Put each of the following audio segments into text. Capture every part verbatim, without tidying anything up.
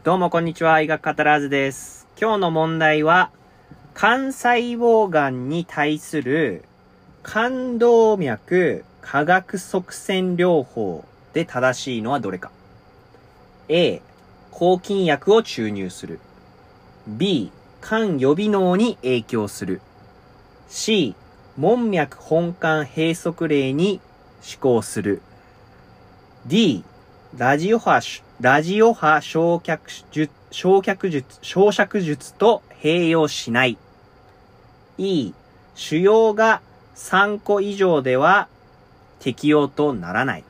どうもこんにちは、医学カタラーズです。今日の問題は、肝細胞がんに対する肝動脈化学塞栓療法で正しいのはどれか。A、抗菌薬を注入する。B、肝予備能に影響する。C、門脈本管閉塞令に施行する。D、ラジオ波、ラジオ波焼却術、焼却術、焼灼術と併用しない。E、腫瘍がさんこ以上では適用とならない。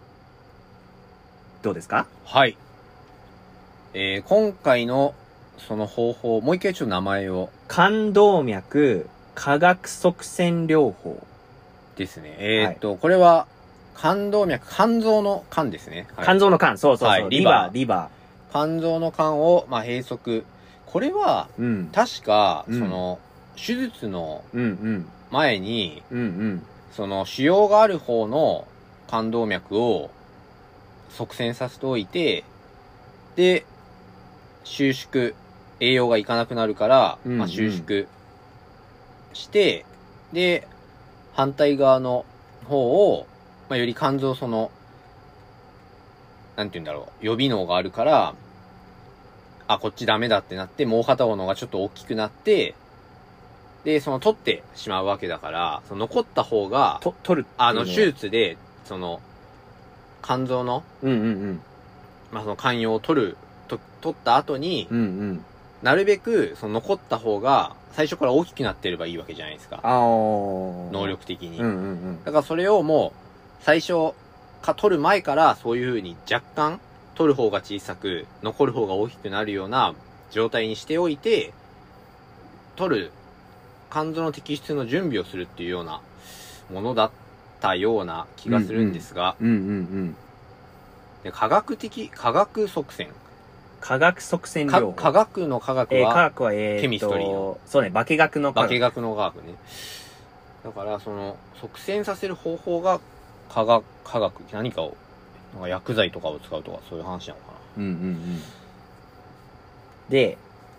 どうですか？ はい。えー、今回のその方法、もう一回ちょっと名前を。 肝動脈化学塞栓療法ですね。えー、っと、はい、これは、肝動脈、肝臓の肝ですね。 はい、肝臓の肝、そうそうそう。はい、 リバー、 リバー。肝臓の肝を、まあ、閉塞。これは、うん、確か、うん、その、手術の前に、うんうん、その、腫瘍がある方の肝動脈を塞栓させておいて、で、収縮、栄養がいかなくなるから、うんうん、まあ、収縮して、で、反対側の方を、まあ、より肝臓その、なんて言うんだろう、予備能があるから、あ、こっちダメだってなって、もう片方のがちょっと大きくなって、で、その取ってしまうわけだから、その残った方が、 と、取るあの、手術で、その、肝臓の、 うんうんうん。 まあ、その肝葉を取る、と、取った後に、うんうん、なるべく、その残った方が、最初から大きくなってればいいわけじゃないですか。能力的に。うんうんうん。だからそれをもう、最初か取る前からそういう風に若干取る方が小さく残る方が大きくなるような状態にしておいて、取る肝臓の摘出の準備をするっていうようなものだったような気がするんですが、うんうんうんうん、で科学的化学塞栓化学塞栓療法科学の科学は、 えー、科学は、えー、 ケミストリーのそうね化学の科学化学の科学ね。だからその塞栓させる方法が化学、化学、何かを、なんか薬剤とかを使うとか、そういう話なのかな。うんうんうん。 で、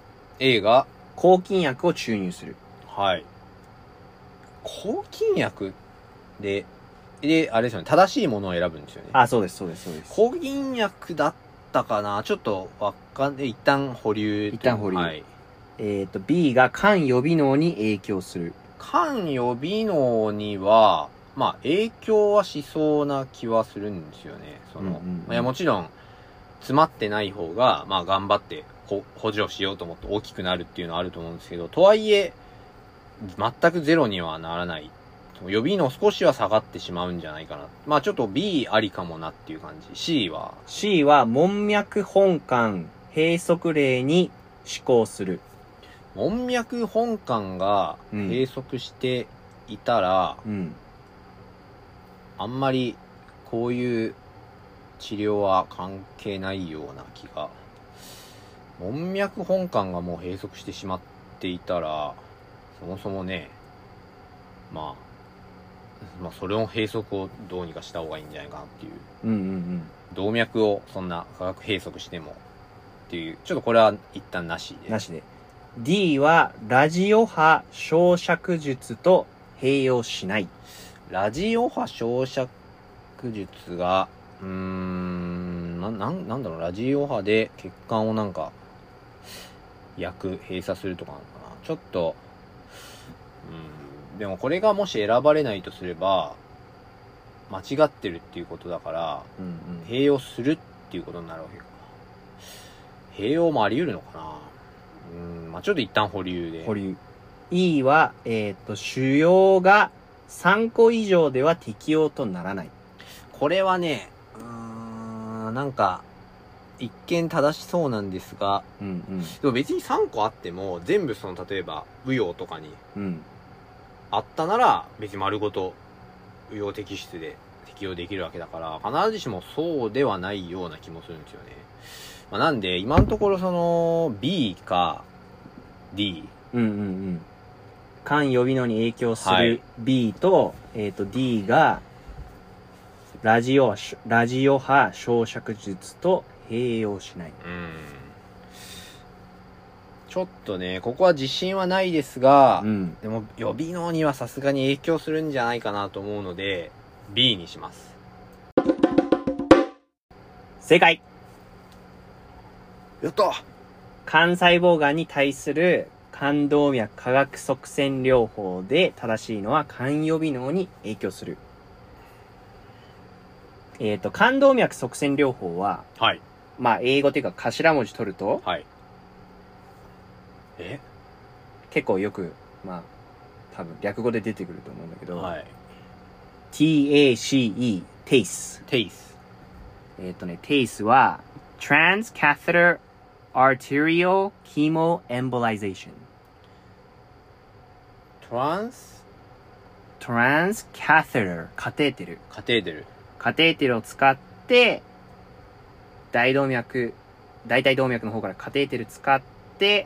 A が、 抗菌薬を注入する。 はい。抗菌薬で、で、あれですよね、正しいものを選ぶんですよね。 あ、そうです、そうです、そうです。 抗菌薬だったかなちょっとわかんない。一旦保留。 一旦保留。はい。えっと、B が肝予備能に影響する。 肝予備能には、まあ、影響はしそうな気はするんですよね。その、うんうんうん、いや、もちろん、詰まってない方が、まあ、頑張って補助しようと思って大きくなるっていうのはあると思うんですけど、とはいえ、全くゼロにはならない。予備能少しは下がってしまうんじゃないかな。まあ、ちょっと B ありかもなっていう感じ。C は ?C は、門脈本管閉塞令に施行する。 門脈本管が閉塞していたら、うんうんあんまりこういう治療は関係ないような気が。門脈本管がもう閉塞してしまっていたら、そもそもね、まあ、まあそれの閉塞をどうにかした方がいいんじゃないかなっていう。うんうんうん。動脈をそんな化学閉塞してもっていう、ちょっとこれは一旦なしで。 なしで。D はラジオ波焼灼術と併用しない。 ラジオ波焼灼術が、うーん、な、なん、なんだろう、ラジオ波で血管をなんか、焼く、閉鎖するとかなのかな。ちょっと、うん、でもこれがもし選ばれないとすれば、間違ってるっていうことだから、うんうん、併用するっていうことになるわけか。併用もあり得るのかな。うん、まあちょっと一旦保留で。 保留。E は、えっと、腫瘍が、さんこ以上では適用とならない。 これはね、うーん、なんか、一見正しそうなんですが、うんうん、でも別にさんこあっても、全部その、例えば、右葉とかに、うん、あったなら、別に丸ごと、右葉摘出で適用できるわけだから、必ずしもそうではないような気もするんですよね。まあ、なんで、今のところその、B か、D。 うんうんうん。肝予備能に影響する B と、はい、えっと D がラジオラジオ波焼灼術と併用しない。 うん。 ちょっとね、ここは自信はないですが、 うん。 でも予備能にはさすがに影響するんじゃないかなと思うので、B にします。 正解。 やった。 肝細胞がんに対する肝動脈化学側線療法で正しいのは肝予備能に影響する。えっと、肝動脈側線療法は、 はい。 まあ、英語っていうか頭文字取ると、 はい。え結構よく、まあ、多分略語で出てくると思うんだけど、 はい。 ティーエーシーイー、テイス。 テイス。 えっとね、テイスは、Transcatheter Arterial Chemoembolization。 トランス Transcatheter、カテーテル。 カテーテル。 カテーテルを使って、大動脈、大腿動脈の方からカテーテル使って、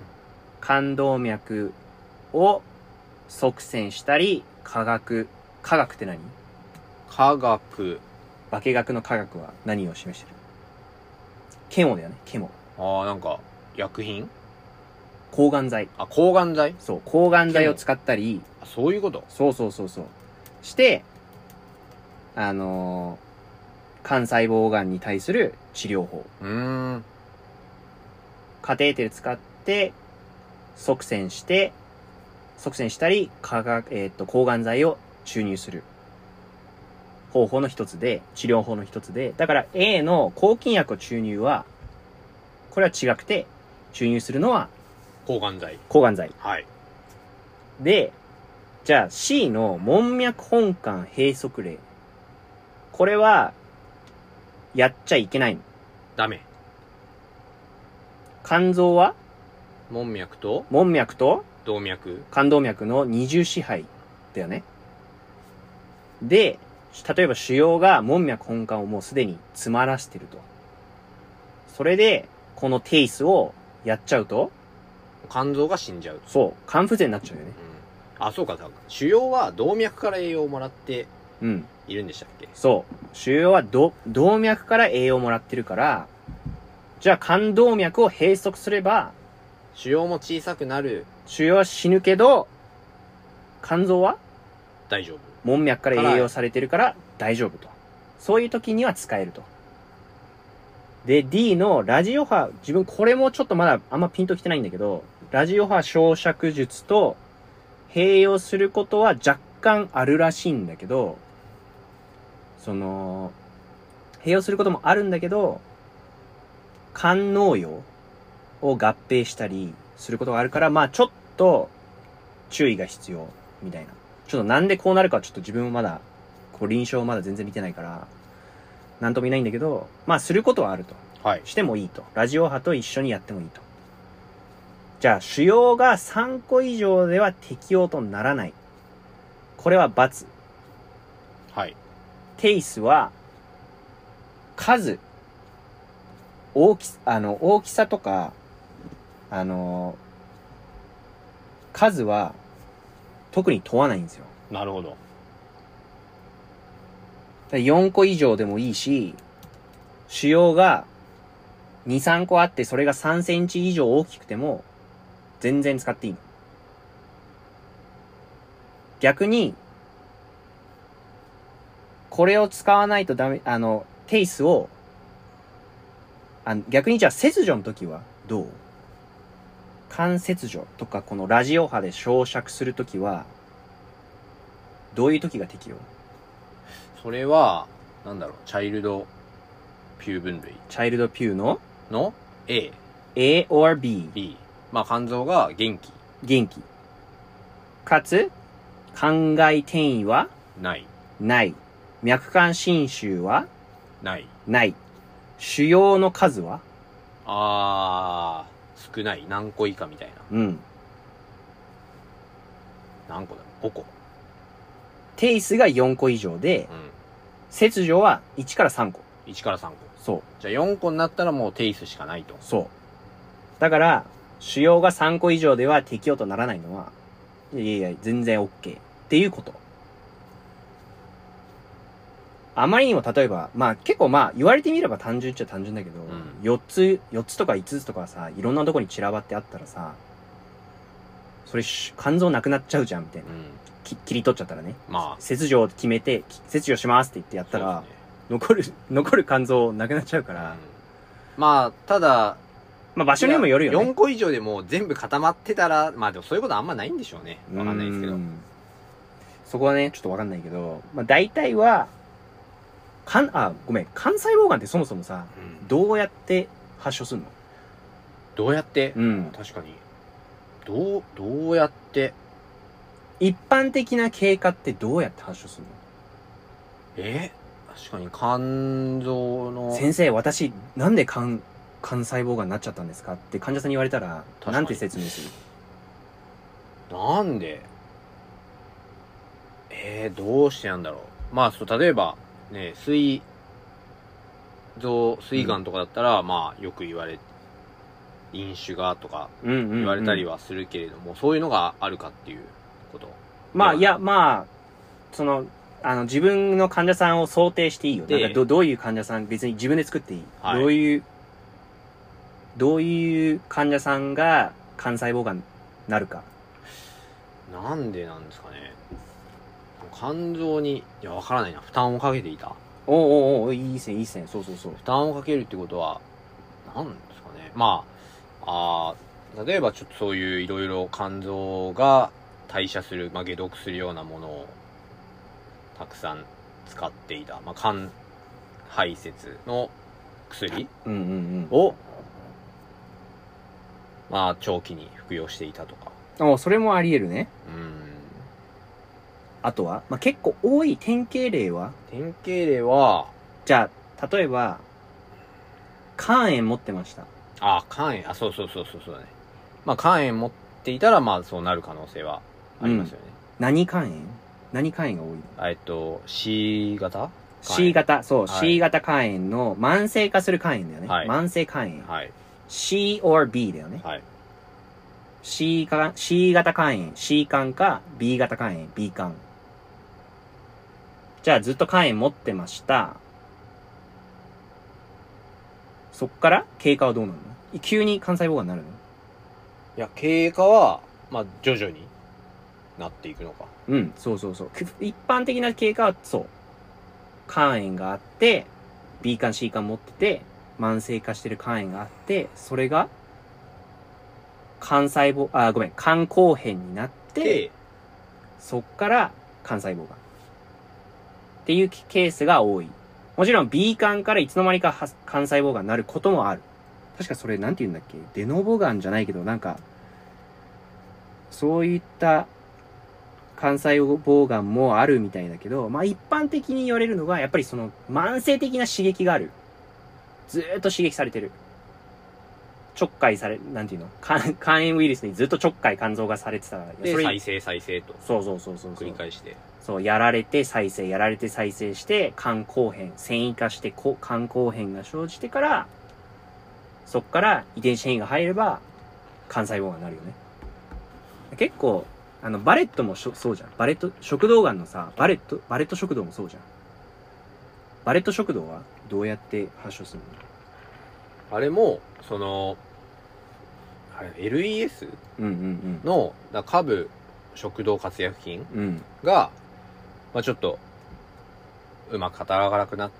肝動脈を側線したり、化学、化学って何？ 化学。 化学の化学は何を示してる？ケモだよね、ケモ。 ああ、なんか、薬品？ 抗がん剤。 あ、抗がん剤？ そう、抗がん剤を使ったり、 あ、そういうこと？ そうそうそうそう。して、あのー、肝細胞がんに対する治療法。 うーん。 カテーテル使って、側線して、側線したり、化学、えっと、抗がん剤を注入する方法の一つで、治療法の一つで、だから A の抗菌薬を注入は、これは違くて、注入するのは抗がん剤。 抗がん剤。 はい。 で、じゃあ C の門脈本管閉塞例。これは、やっちゃいけないの。 ダメ。 肝臓は門脈と門脈と動脈。 肝動脈の二重支配だよね。で、例えば腫瘍が門脈本管をもうすでに詰まらせてると。それで、このテイスをやっちゃうと、 肝臓が死んじゃう。 そう、肝不全になっちゃうよね。 うん。あ、そうか、腫瘍は動脈から栄養をもらってうん。 いるんでしたっけ？ そう。腫瘍はど動脈から栄養をもらってるから、じゃあ肝動脈を閉塞すれば、 腫瘍も小さくなる。 腫瘍は死ぬけど、肝臓は大丈夫。 門脈から栄養されてるから大丈夫と。そういう時には使えると。で、D のラジオ波、自分これもちょっとまだあんまピンときてないんだけど、ラジオ波焼灼術と併用することは若干あるらしいんだけど、その、併用することもあるんだけど、肝農用を合併したりすることがあるから、まあちょっと注意が必要みたいな。ちょっとなんでこうなるかちょっと自分もまだ、こう臨床まだ全然見てないから、なんともいないんだけど、まあすることはあると。 はい。 してもいいと。ラジオ波と一緒にやってもいいと。じゃあ、腫瘍がさんこ以上では適用とならない。これは×。 はい。 テイスは、数、大き、あの、大きさとか、あの、数は、特に問わないんですよ。 なるほど。 よんこ以上でもいいし、腫瘍がに、さんこあってそれがさんセンチ以上大きくても全然使っていいの。逆に、これを使わないとダメ、あの、テイスを、あの逆にじゃあ切除の時はどう？肝切除とかこのラジオ波で焼灼する時は、どういう時が適用？ それは、なんだろう、チャイルドピュー分類。 チャイルドピューのの A。 A or B。 B。まあ、肝臓が元気。 元気。かつ、肝外転移はない。 ない。脈管侵襲はない。 ない。腫瘍の数はあー、少ない。何個以下みたいな。 うん。 何個だろう ?ご 個。 テイスがよんこ以上で、 うん。 切除はいちからさんこ。 いちからさんこ。 そう。 じゃあよんこになったらもうテイスしかないと。 そう。だから、腫瘍がさんこ以上では適用とならないのは、いやいやいや、全然 OK っていうこと。あまりにも例えば、まあ結構まあ言われてみれば単純っちゃ単純だけど、 うん、 よっつ、よっつとかいつつとかさ、いろんなとこに散らばってあったらさ、 それ肝臓なくなっちゃうじゃんみたいな、うん、き切り取っちゃったらね、まあ、切除を決めて切除しますって言ってやったら、ね、残る残る肝臓なくなっちゃうから、うん、 まあただまあ場所にもよるよね。 よんこ以上でもう全部固まってたら、まあでもそういうことあんまないんでしょうね。わかんないですけど。 そこはね、ちょっとわかんないけど、まあ大体は、かん、あ、ごめん、肝細胞がんってそもそもさ、うん、どうやって発症するの？ どうやって？うん。確かに。どう、どうやって？ 一般的な経過ってどうやって発症するの？ え？確かに肝臓の。 先生、私、なんで肝、肝細胞がんになっちゃったんですかって患者さんに言われたら、なんて説明する？ なんで？えー、どうしてなんだろう。まあ、そう、例えば、ね、膵臓、膵がんとかだったら、うん、まあ、よく言われ、飲酒がとか、言われたりはするけれども、うんうんうん、そういうのがあるかっていうこと。 まあ、いや、まあ、その、あの、自分の患者さんを想定していいよ。なんかど、どういう患者さん、別に自分で作っていい。はい、どういう、どういう患者さんが肝細胞がんになるか。 なんでなんですかね。肝臓に、いや、わからないな。負担をかけていた。 おうおうおう、いい線、いい線。そうそうそう。 負担をかけるってことは、なんですかね。まあ、あ例えばちょっとそういういろいろ肝臓が代謝する、まあ、解毒するようなものをたくさん使っていた。まあ、肝排泄の薬うんうんうん、 を、まあ、長期に服用していたとか。 ああ、それもあり得るね。 うん。 あとは、まあ、結構多い典型例は典型例は、 じゃあ、例えば、肝炎持ってました。 ああ、肝炎、あ、そうそうそうそうそうだね。まあ、肝炎持っていたら、まあ、そうなる可能性はありますよね。 うん、何肝炎何肝炎が多いの？ えっと、C 型 ?C 型、そう、はい、C 型肝炎の慢性化する肝炎だよね。はい、慢性肝炎。はい、C or B だよね。はい、C か、C 型肝炎、C 肝か B 型肝炎、B 肝。じゃあずっと肝炎持ってました。そっから経過はどうなるの？急に肝細胞がなるの？ いや、経過は、まあ、徐々になっていくのか。 うん、そうそうそう。一般的な経過は、そう。肝炎があって、B 肝、C 肝持ってて、慢性化してる肝炎があって、それが、肝細胞、あ、ごめん、肝硬変になって、そっから肝細胞が。っていうケースが多い。もちろん B 肝からいつの間にか肝細胞がなることもある。確かそれなんて言うんだっけ？デノボガンじゃないけど、なんか、そういった肝細胞がんもあるみたいだけど、まあ一般的に言われるのが、やっぱりその慢性的な刺激がある。ずーっと刺激されてる。ちょっかいされ、なんていうの？肝炎ウイルスにずっとちょっかい肝臓がされてたら。 で、再生再生と。 そうそうそうそう。 繰り返して。 そう、やられて再生、やられて再生して、肝硬変、繊維化して肝硬変が生じてから、そっから遺伝子変異が入れば、肝細胞がなるよね。結構、あの、バレットもそうじゃん。バレット、食道がんのさ、バレット、バレット食道もそうじゃん。バレット食道はどうやって発症するの？あれも、その、あれ、エルイーエスうんうんうん。 の、下部食道括約筋が、うん、まあちょっと、うまく働かなくなって、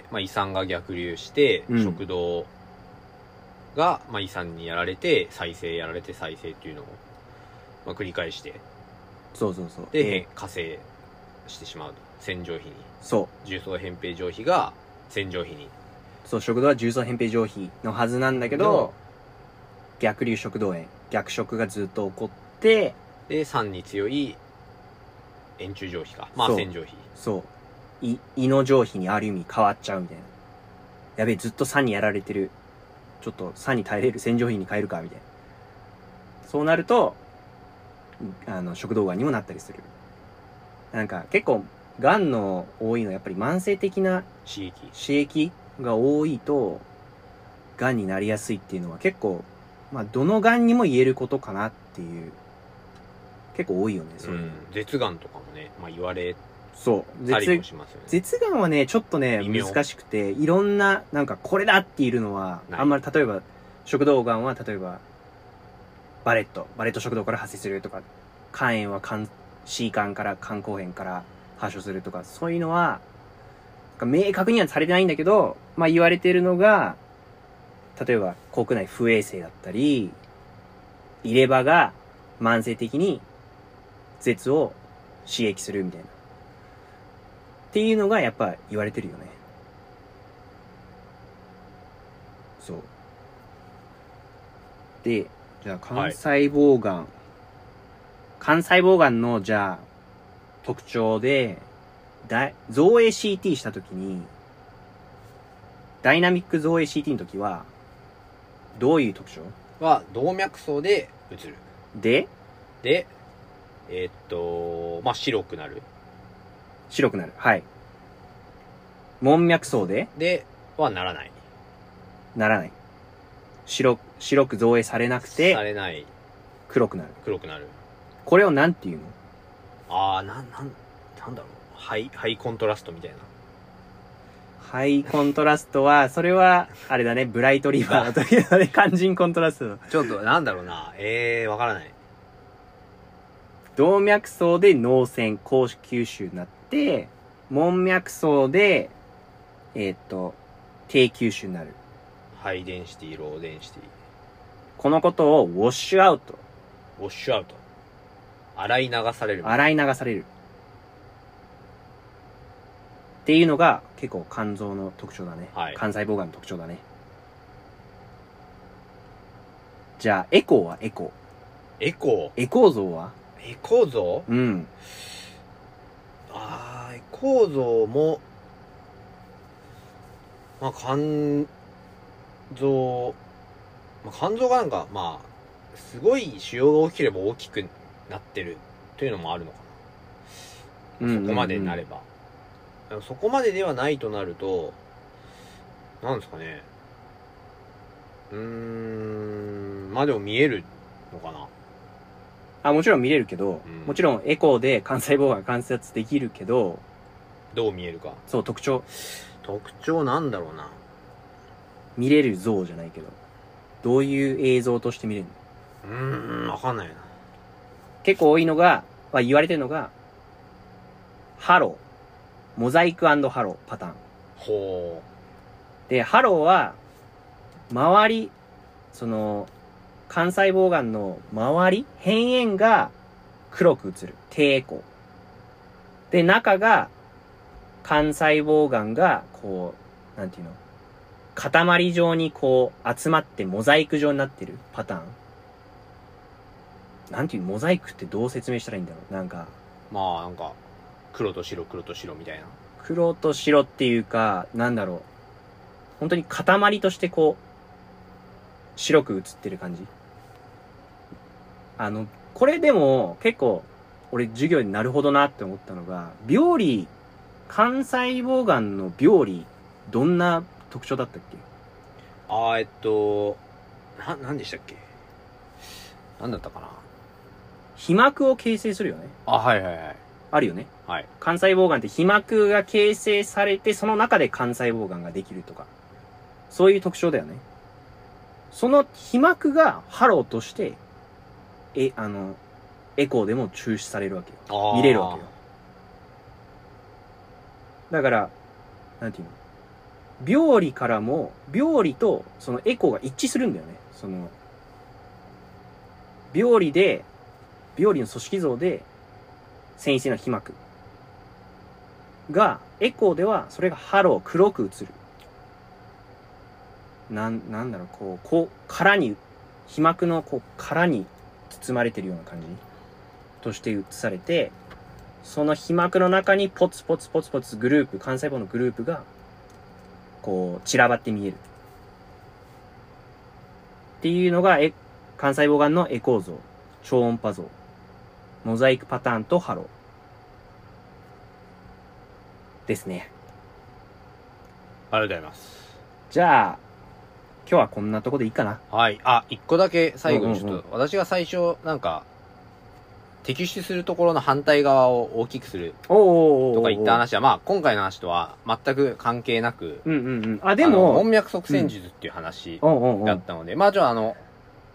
まあ胃酸が逆流して、うん、食道が、まあ胃酸にやられて、再生やられて再生っていうのを、まあ繰り返して。 そうそうそう。 で、活性してしまうと。線状比に。 そう。 重層扁平上皮が線状比に。 そう、食道は重層扁平上皮のはずなんだけど、逆流食道炎、逆食がずっと起こって、 で、酸に強い円柱上皮か。まあ線状皮。 そう。胃、胃の上皮にある意味変わっちゃうみたいな。やべえ、ずっと酸にやられてる。ちょっと酸に耐えれる線状皮に変えるか、みたいな。そうなると、あの、食道がんにもなったりする。なんか結構、がんの多いのはやっぱり慢性的な刺激刺激が多いと、がんになりやすいっていうのは結構、まあ、どのがんにも言えることかなっていう。結構多いよね、そういう、うん。 舌がんとかもね、まあ言われそう。 たりもしますよね。 舌がんはね、ちょっとね、難しくて、いろんな、なんかこれだっているのは、あんまり例えば、食道がんは例えば、 バレット、バレット食道から発生するとか、肝炎は肝、C 肝から肝硬変から発症するとか、そういうのは、明確にはされてないんだけど、まあ言われているのが、例えば国内不衛生だったり、入れ歯が慢性的に舌を刺激するみたいな。っていうのがやっぱ言われてるよね。そう。で、じゃあ肝細胞がん。はい、肝細胞がんのじゃあ特徴で、だ造影 シーティー したときに、ダイナミック造影 シーティー の時は、どういう特徴は、動脈層で映る。 でで、えー、っと、まあ、白くなる。 白くなる。はい。門脈層でで、はならない。 ならない。白、白く造影されなくて、 されない。 黒くなる。 黒くなる。 これをなんていうの？ ああ、なん、なん、なんだろう。ハイ、ハイコントラストみたいな。 ハイコントラストは、それは、あれだね、ブライトリバーの時だね、肝心コントラスト。 ちょっと、なんだろうな。ええー、わからない。 動脈層で脳線、高吸収になって、門脈層で、えー、っと、低吸収になる。 ハイデンシティ、ローデンシティ。 このことをウォッシュアウト。 ウォッシュアウト。洗い流される。 洗い流される。っていうのが結構肝臓の特徴だね。 はい。 肝細胞がんの特徴だね。じゃあ、エコーはエコー。エコー。エコー像はエコー像うん。 あー、エコー像も、まあ、肝臓、まあ、肝臓がなんか、まあ、すごい腫瘍が大きければ大きくなってるというのもあるのかな。うんうんうん、そこまでになれば。そこまでではないとなると、なんですかね。うーん、まあでも見えるのかな。 あ、もちろん見れるけど、うん、もちろんエコーで肝細胞が観察できるけど、 どう見えるか。 そう、特徴。 特徴なんだろうな。 見れる像じゃないけど、どういう映像として見れるの？うーん、わかんないな。 結構多いのが、まあ、言われてるのが、ハロー。モザイク&ハローパターン。 ほう。で、ハローは、周り、その、肝細胞がんの周り、辺縁が黒く映る。低エコー。で、中が、肝細胞がんが、こう、なんていうの？塊状にこう、集まってモザイク状になってるパターン。なんていうモザイクってどう説明したらいいんだろう？なんか。 まあ、なんか、黒と白、黒と白みたいな。 黒と白っていうか、なんだろう。本当に塊としてこう、白く映ってる感じ。あの、これでも結構、俺授業になるほどなって思ったのが、病理、肝細胞がんの病理、どんな特徴だったっけ？ あー、えっと、な、なんでしたっけ？なんだったかな？ 皮膜を形成するよね。 あ、はいはいはい。 あるよね。 はい。 肝細胞がんって皮膜が形成されて、その中で肝細胞がんができるとか。そういう特徴だよね。その皮膜がハローとして、え、あの、エコーでも抽出されるわけよ。見れるわけよ。だから、なんていうの？病理からも、病理とそのエコーが一致するんだよね。その、病理で、病理の組織像で、繊維性の皮膜が、エコーではそれがハロー、黒く映る。なん、なんだろう、こう、こう、殻に、皮膜のこう、殻に包まれてるような感じとして映されて、その皮膜の中にポツポツポツポツグループ、肝細胞のグループが、こう、散らばって見える。っていうのが、え、肝細胞がんのエコー像、超音波像。モザイクパターンとハロー。ですね。 ありがとうございます。 じゃあ、今日はこんなとこでいいかな。 はい。あ、一個だけ最後にちょっと、うんうんうん、私が最初、なんか、摘出するところの反対側を大きくするとか言った話は、まあ、今回の話とは全く関係なく、 うんうんうん。あ、でも、 門脈側線術っていう話だったので、うん、まあ、じゃあ、あの、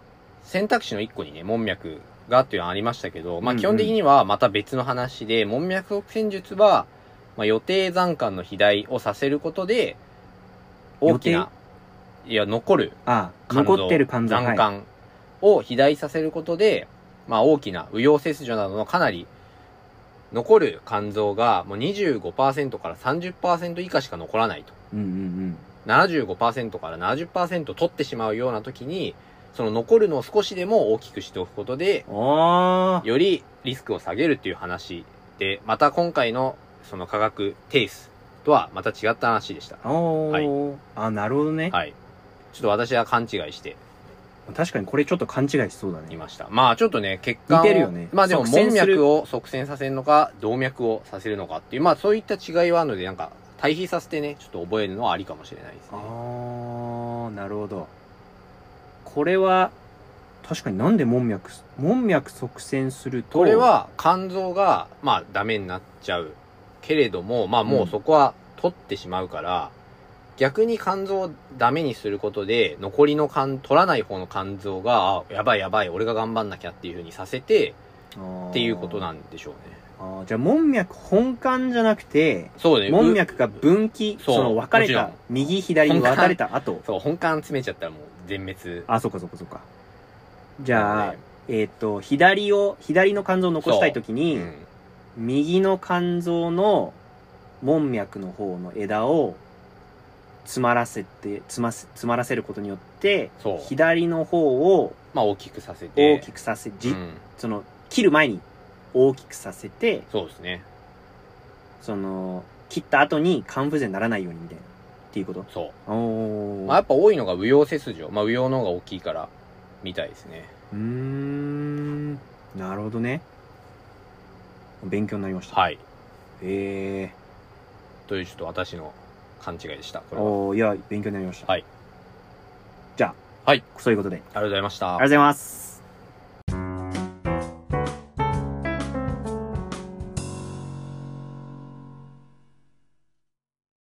選択肢の一個にね、門脈がっていうのはありましたけど、まあ基本的にはまた別の話で、うんうん、門脈側線術は、まあ予定残肝の肥大をさせることで、大きな、いや、残るああ残ってる肝臓残肝を肥大させることで、はい、まあ大きな右葉切除などのかなり残る肝臓がもう にじゅうごパーセント から さんじゅっパーセント 以下しか残らないと。 うんうんうん、 ななじゅうごパーセント から ななじゅっパーセント 取ってしまうような時に、その残るのを少しでも大きくしておくことで、よりリスクを下げるっていう話で、また今回のその化学テイスとはまた違った話でした。 はい、あ、なるほどね。 はい。ちょっと私は勘違いして。 確かにこれちょっと勘違いしそうだね。 いました。まあちょっとね、血管を。 似てるよね。 まあでも門脈を側線させるのか、動脈をさせるのかっていう、まあそういった違いはあるので、なんか対比させてね、ちょっと覚えるのはありかもしれないですね。 あー、なるほど。これは、確かになんで門脈、門脈側線すると。 これは肝臓が、まあダメになっちゃうけれども、まあもうそこは取ってしまうから、うん逆に肝臓をダメにすることで、残りの肝、取らない方の肝臓が、あ、やばいやばい、俺が頑張んなきゃっていう風にさせて、っていうことなんでしょうね。 あじゃあ、門脈本肝じゃなくて、 そうね。 門脈が分岐、その分かれた、右左に分かれた後。 そう、本肝詰めちゃったらもう全滅。 あ、そっかそっかそっか。じゃあ、ね、えっと、左を、左の肝臓を残したいときに、うん、右の肝臓の門脈の方の枝を、詰まらせて、詰ませ、詰まらせることによって、左の方を、 まあ大きくさせて、 大きくさせ、じ、うん、その、切る前に大きくさせて、 そうですね。 その、切った後に肝不全にならないようにみたいな、っていうこと？ そう。 おまあやっぱ多いのが右葉切除。まあ右葉の方が大きいから、みたいですね。 うーん、なるほどね。勉強になりました。 はい。へえー。というちょっと私の、勘違いでした。これは。おー、いや、勉強になりました。 はい。 じゃあ、 はい。 そういうことで。ありがとうございました。 ありがとうございます。